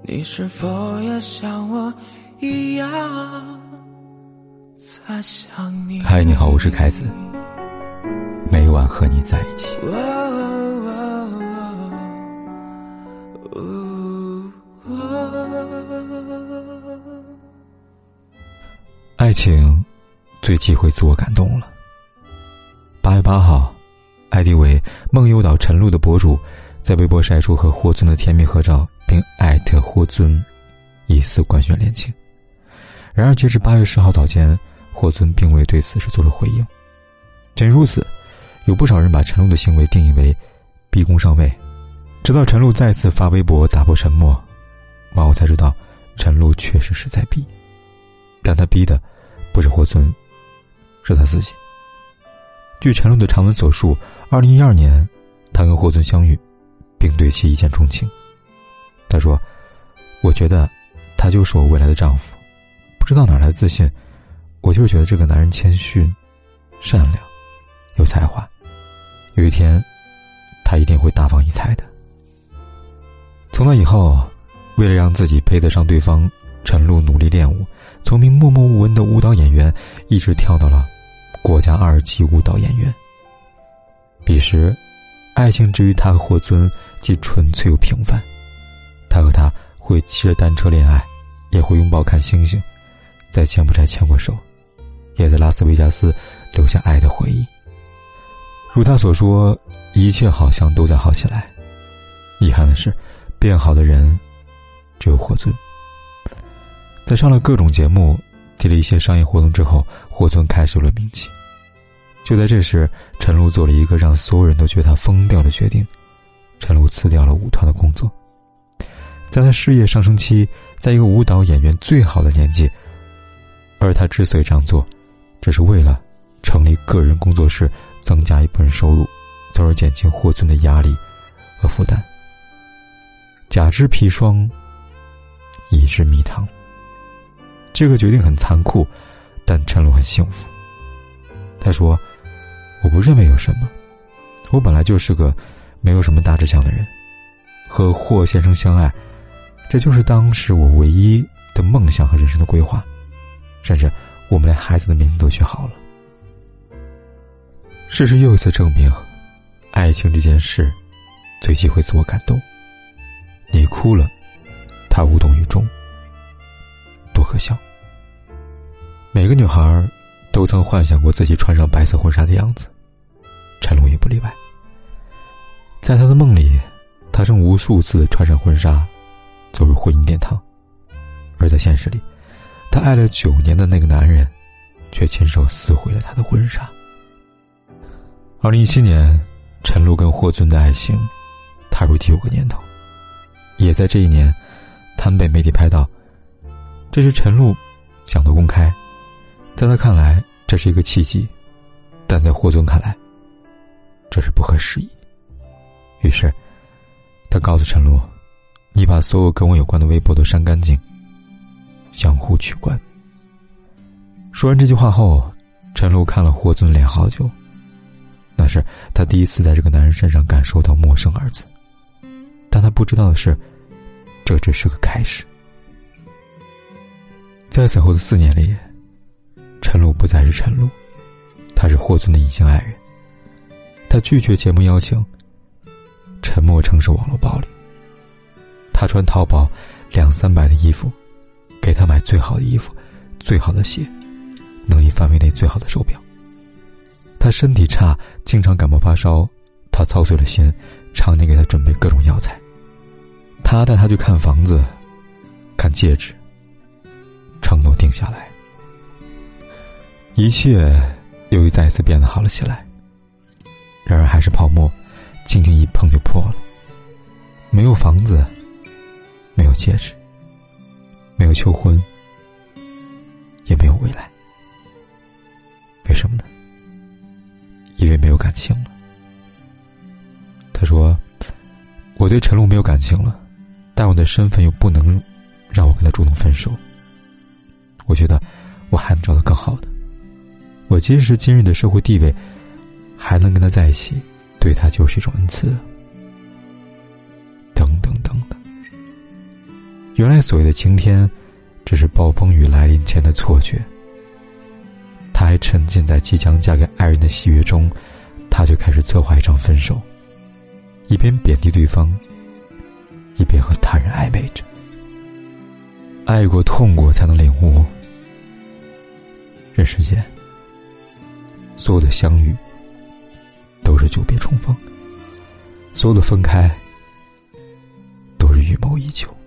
你是否也像我一样在想你？ 嗨，你好，我是凯子，每晚和你在一起。爱情最忌讳自我感动了。8月8号，ID 为梦游岛晨露的博主在微博晒出和霍尊的甜蜜合照，并艾特霍尊疑似官宣恋情。然而截至8月10号早间，霍尊并未对此事做出回应。仅如此，有不少人把陈露的行为定义为逼宫上位，直到陈露再次发微博打破沉默，网友才知道陈露确实是在逼，但他逼的不是霍尊，是他自己。据陈露的长文所述，2012年他跟霍尊相遇，并对其一见钟情。他说，我觉得他就是我未来的丈夫，不知道哪来的自信，我就是觉得这个男人谦逊、善良、有才华，有一天他一定会大放异彩的。从那以后，为了让自己配得上对方，陈露努力练舞，从名默默无闻的舞蹈演员一直跳到了国家2级舞蹈演员。彼时爱情之于他和霍尊既纯粹又平凡，他和他会骑着单车恋爱，也会拥抱看星星，在柬埔寨牵过手，也在拉斯维加斯留下爱的回忆。如他所说，一切好像都在好起来。遗憾的是，变好的人只有霍尊。在上了各种节目，提了一些商业活动之后，霍尊开始论名气。就在这时，陈露做了一个让所有人都觉得他疯掉的决定。陈露辞掉了舞团的工作。在他事业上升期，在一个舞蹈演员最好的年纪，而他之所以这样做，只是为了成立个人工作室，增加一部分收入，从而减轻霍尊的压力和负担。甲之砒霜，乙之蜜糖。这个决定很残酷，但陈露很幸福。他说，我不认为有什么，我本来就是个没有什么大志向的人，和霍先生相爱，这就是当时我唯一的梦想和人生的规划，甚至我们连孩子的名字都取好了。事实又一次证明，爱情这件事最忌讳自我感动。你哭了，他无动于衷，多可笑。每个女孩都曾幻想过自己穿上白色婚纱的样子，陈露也不例外。在他的梦里，他正无数次穿上婚纱走入婚姻殿堂，而在现实里，他爱了9年的那个男人却亲手撕毁了他的婚纱。2017年，陈露跟霍尊的爱情踏入第5个年头，也在这一年，他们被媒体拍到，这是陈露想得公开。在他看来，这是一个契机，但在霍尊看来，这是不合时宜。于是他告诉陈露，你把所有跟我有关的微博都删干净，相互取关。说完这句话后，陈露看了霍尊脸好久，那是他第一次在这个男人身上感受到陌生2字。但他不知道的是，这只是个开始。在此后的4年里，陈露不再是陈露，他是霍尊的隐形爱人。他拒绝节目邀请，沉默城市网络暴力。他穿淘宝200-300的衣服，给他买最好的衣服、最好的鞋，能力范围内最好的手表。他身体差，经常感冒发烧，他操碎了心，常年给他准备各种药材。他带他去看房子、看戒指，承诺定下来。一切又一再次变得好了起来，然而还是泡沫，轻轻一碰就破了。没有房子，没有戒指，没有求婚，也没有未来。为什么呢？因为没有感情了。他说，我对陈露没有感情了，但我的身份又不能让我跟他主动分手。我觉得我还能找到更好的，我今时今日的社会地位还能跟他在一起，对他就是一种恩赐。等等等等。 原来所谓的晴天，只是暴风雨来临前的错觉。他还沉浸在即将嫁给爱人的喜悦中，他就开始策划一场分手，一边贬低对方，一边和他人暧昧着。爱过痛过才能领悟，人世间所有的相遇都是久别重逢，所有的分开都是预谋已久。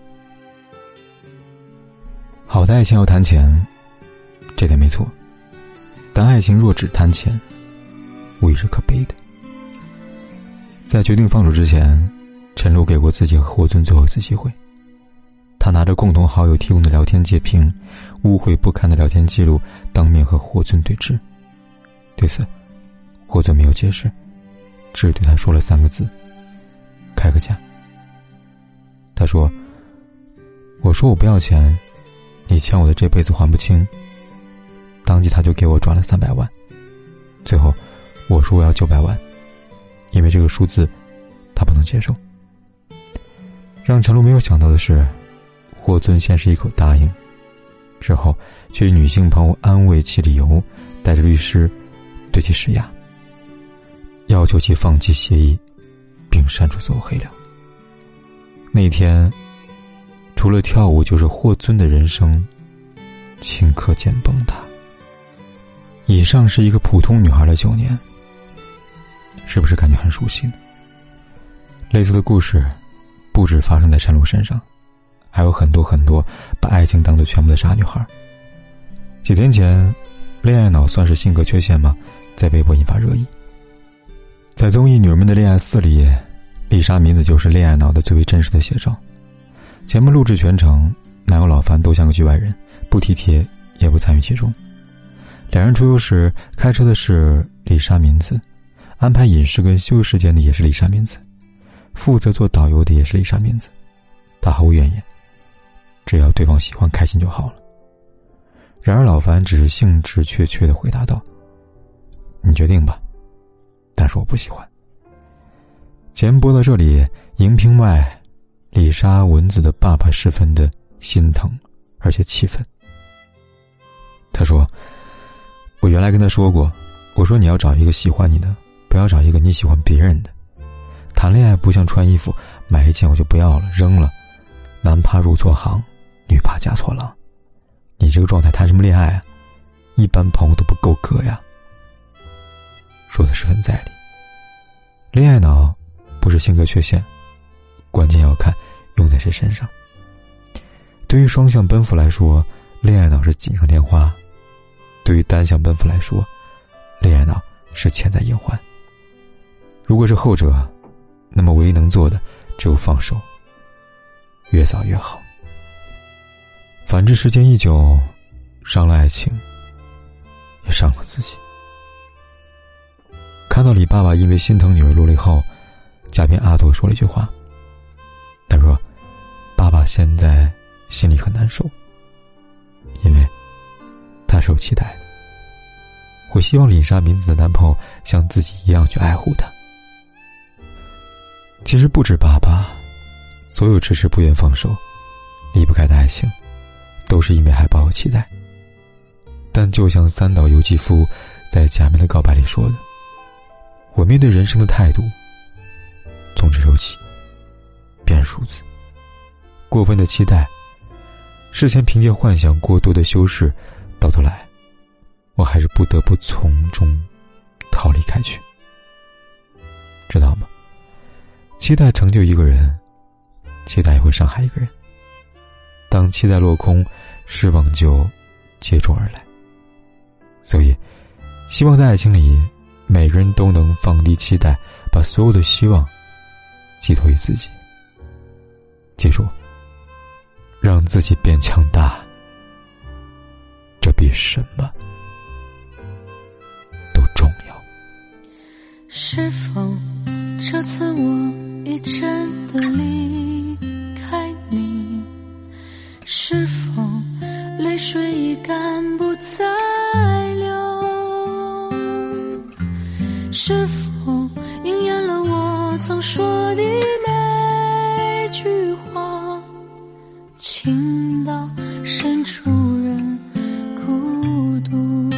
好的爱情要谈钱，这点没错，但爱情若只谈钱，无疑是可悲的。在决定放手之前，陈露给过自己和霍尊最后一次机会。他拿着共同好友提供的聊天截屏，污秽不堪的聊天记录，当面和霍尊对峙。对此，霍尊没有解释，只对他说了3个字：开个价。他说：我说我不要钱，你欠我的这辈子还不清。当即他就给我转了300万。最后我说我要900万，因为这个数字他不能接受。让陈露没有想到的是，霍尊先是一口答应，之后却以女性朋友安慰其理由，带着律师对其施压，要求其放弃协议并删除所有黑料。那天除了跳舞就是霍尊的人生顷刻间崩塌。以上是一个普通女孩的9年，是不是感觉很熟悉呢？类似的故事不止发生在陈露身上，还有很多很多把爱情当作全部的傻女孩。几天前，恋爱脑算是性格缺陷吗？在微博引发热议。在综艺《女人们的恋爱4》里，丽莎敏子就是恋爱脑的最为真实的写照。节目录制全程，男友老樊都像个局外人，不体贴也不参与其中。两人出游时，开车的是丽莎敏子，安排饮食跟休息时间的也是丽莎敏子，负责做导游的也是丽莎敏子。她毫无怨言，只要对方喜欢开心就好了。然而老樊只是兴致缺缺地回答道：你决定吧，但是我不喜欢。节目播到这里，荧屏外丽莎文子的爸爸十分的心疼而且气愤。他说：我原来跟他说过，我说你要找一个喜欢你的，不要找一个你喜欢别人的。谈恋爱不像穿衣服，买一件我就不要了，扔了。男怕入错行，女怕嫁错郎。你这个状态谈什么恋爱啊？一般朋友都不够格呀。说的十分在理。恋爱脑不是性格缺陷，关键要看用在谁身上。对于双向奔赴来说，恋爱脑是锦上添花；对于单向奔赴来说，恋爱脑是潜在隐患。如果是后者，那么唯一能做的只有放手，越早越好。反之，时间一久，伤了爱情，也伤了自己。看到李爸爸因为心疼女儿落泪后，嘉宾阿朵说了一句话，他说：爸爸现在心里很难受，因为他是有期待的。我希望丽莎敏子的男朋友像自己一样去爱护她。其实不止爸爸，所有迟迟不愿放手、离不开的爱情，都是因为还抱有期待。但就像三岛由纪夫在《假面的告白》里说的，我面对人生的态度，从只有起，变数字。过分的期待，事前凭借幻想过多的修饰，到头来，我还是不得不从中逃离开去。知道吗？期待成就一个人，期待也会伤害一个人。当期待落空，失望就接踵而来。所以，希望在爱情里，每个人都能放低期待，把所有的希望寄托于自己。记住，让自己变强大，这比什么都重要。 是否这次我已真的离开你？是否泪水已干不再流？是否应验了我曾说的每句话？ 情到深处人孤独。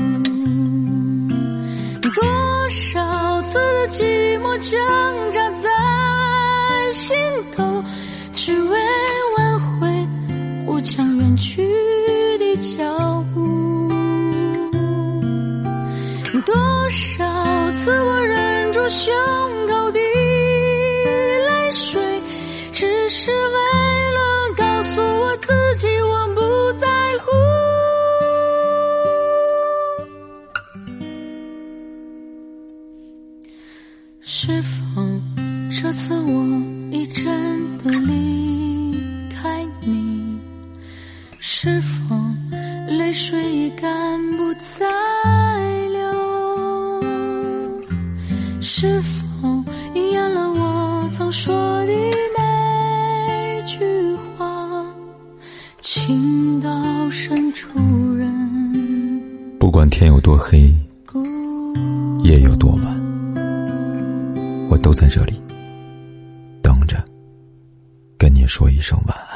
多少次的寂寞挣扎在心头，只为挽回我将远去的脚步。多少次我忍住胸口的泪水，只是为了告诉我自己我不在乎。是否这次我已真的离开你？是否泪水已干不再流？是否应验了我曾说的那句话，情到深处人， 不管天有多黑，夜有多晚，我都在这里等着跟你说一声晚安。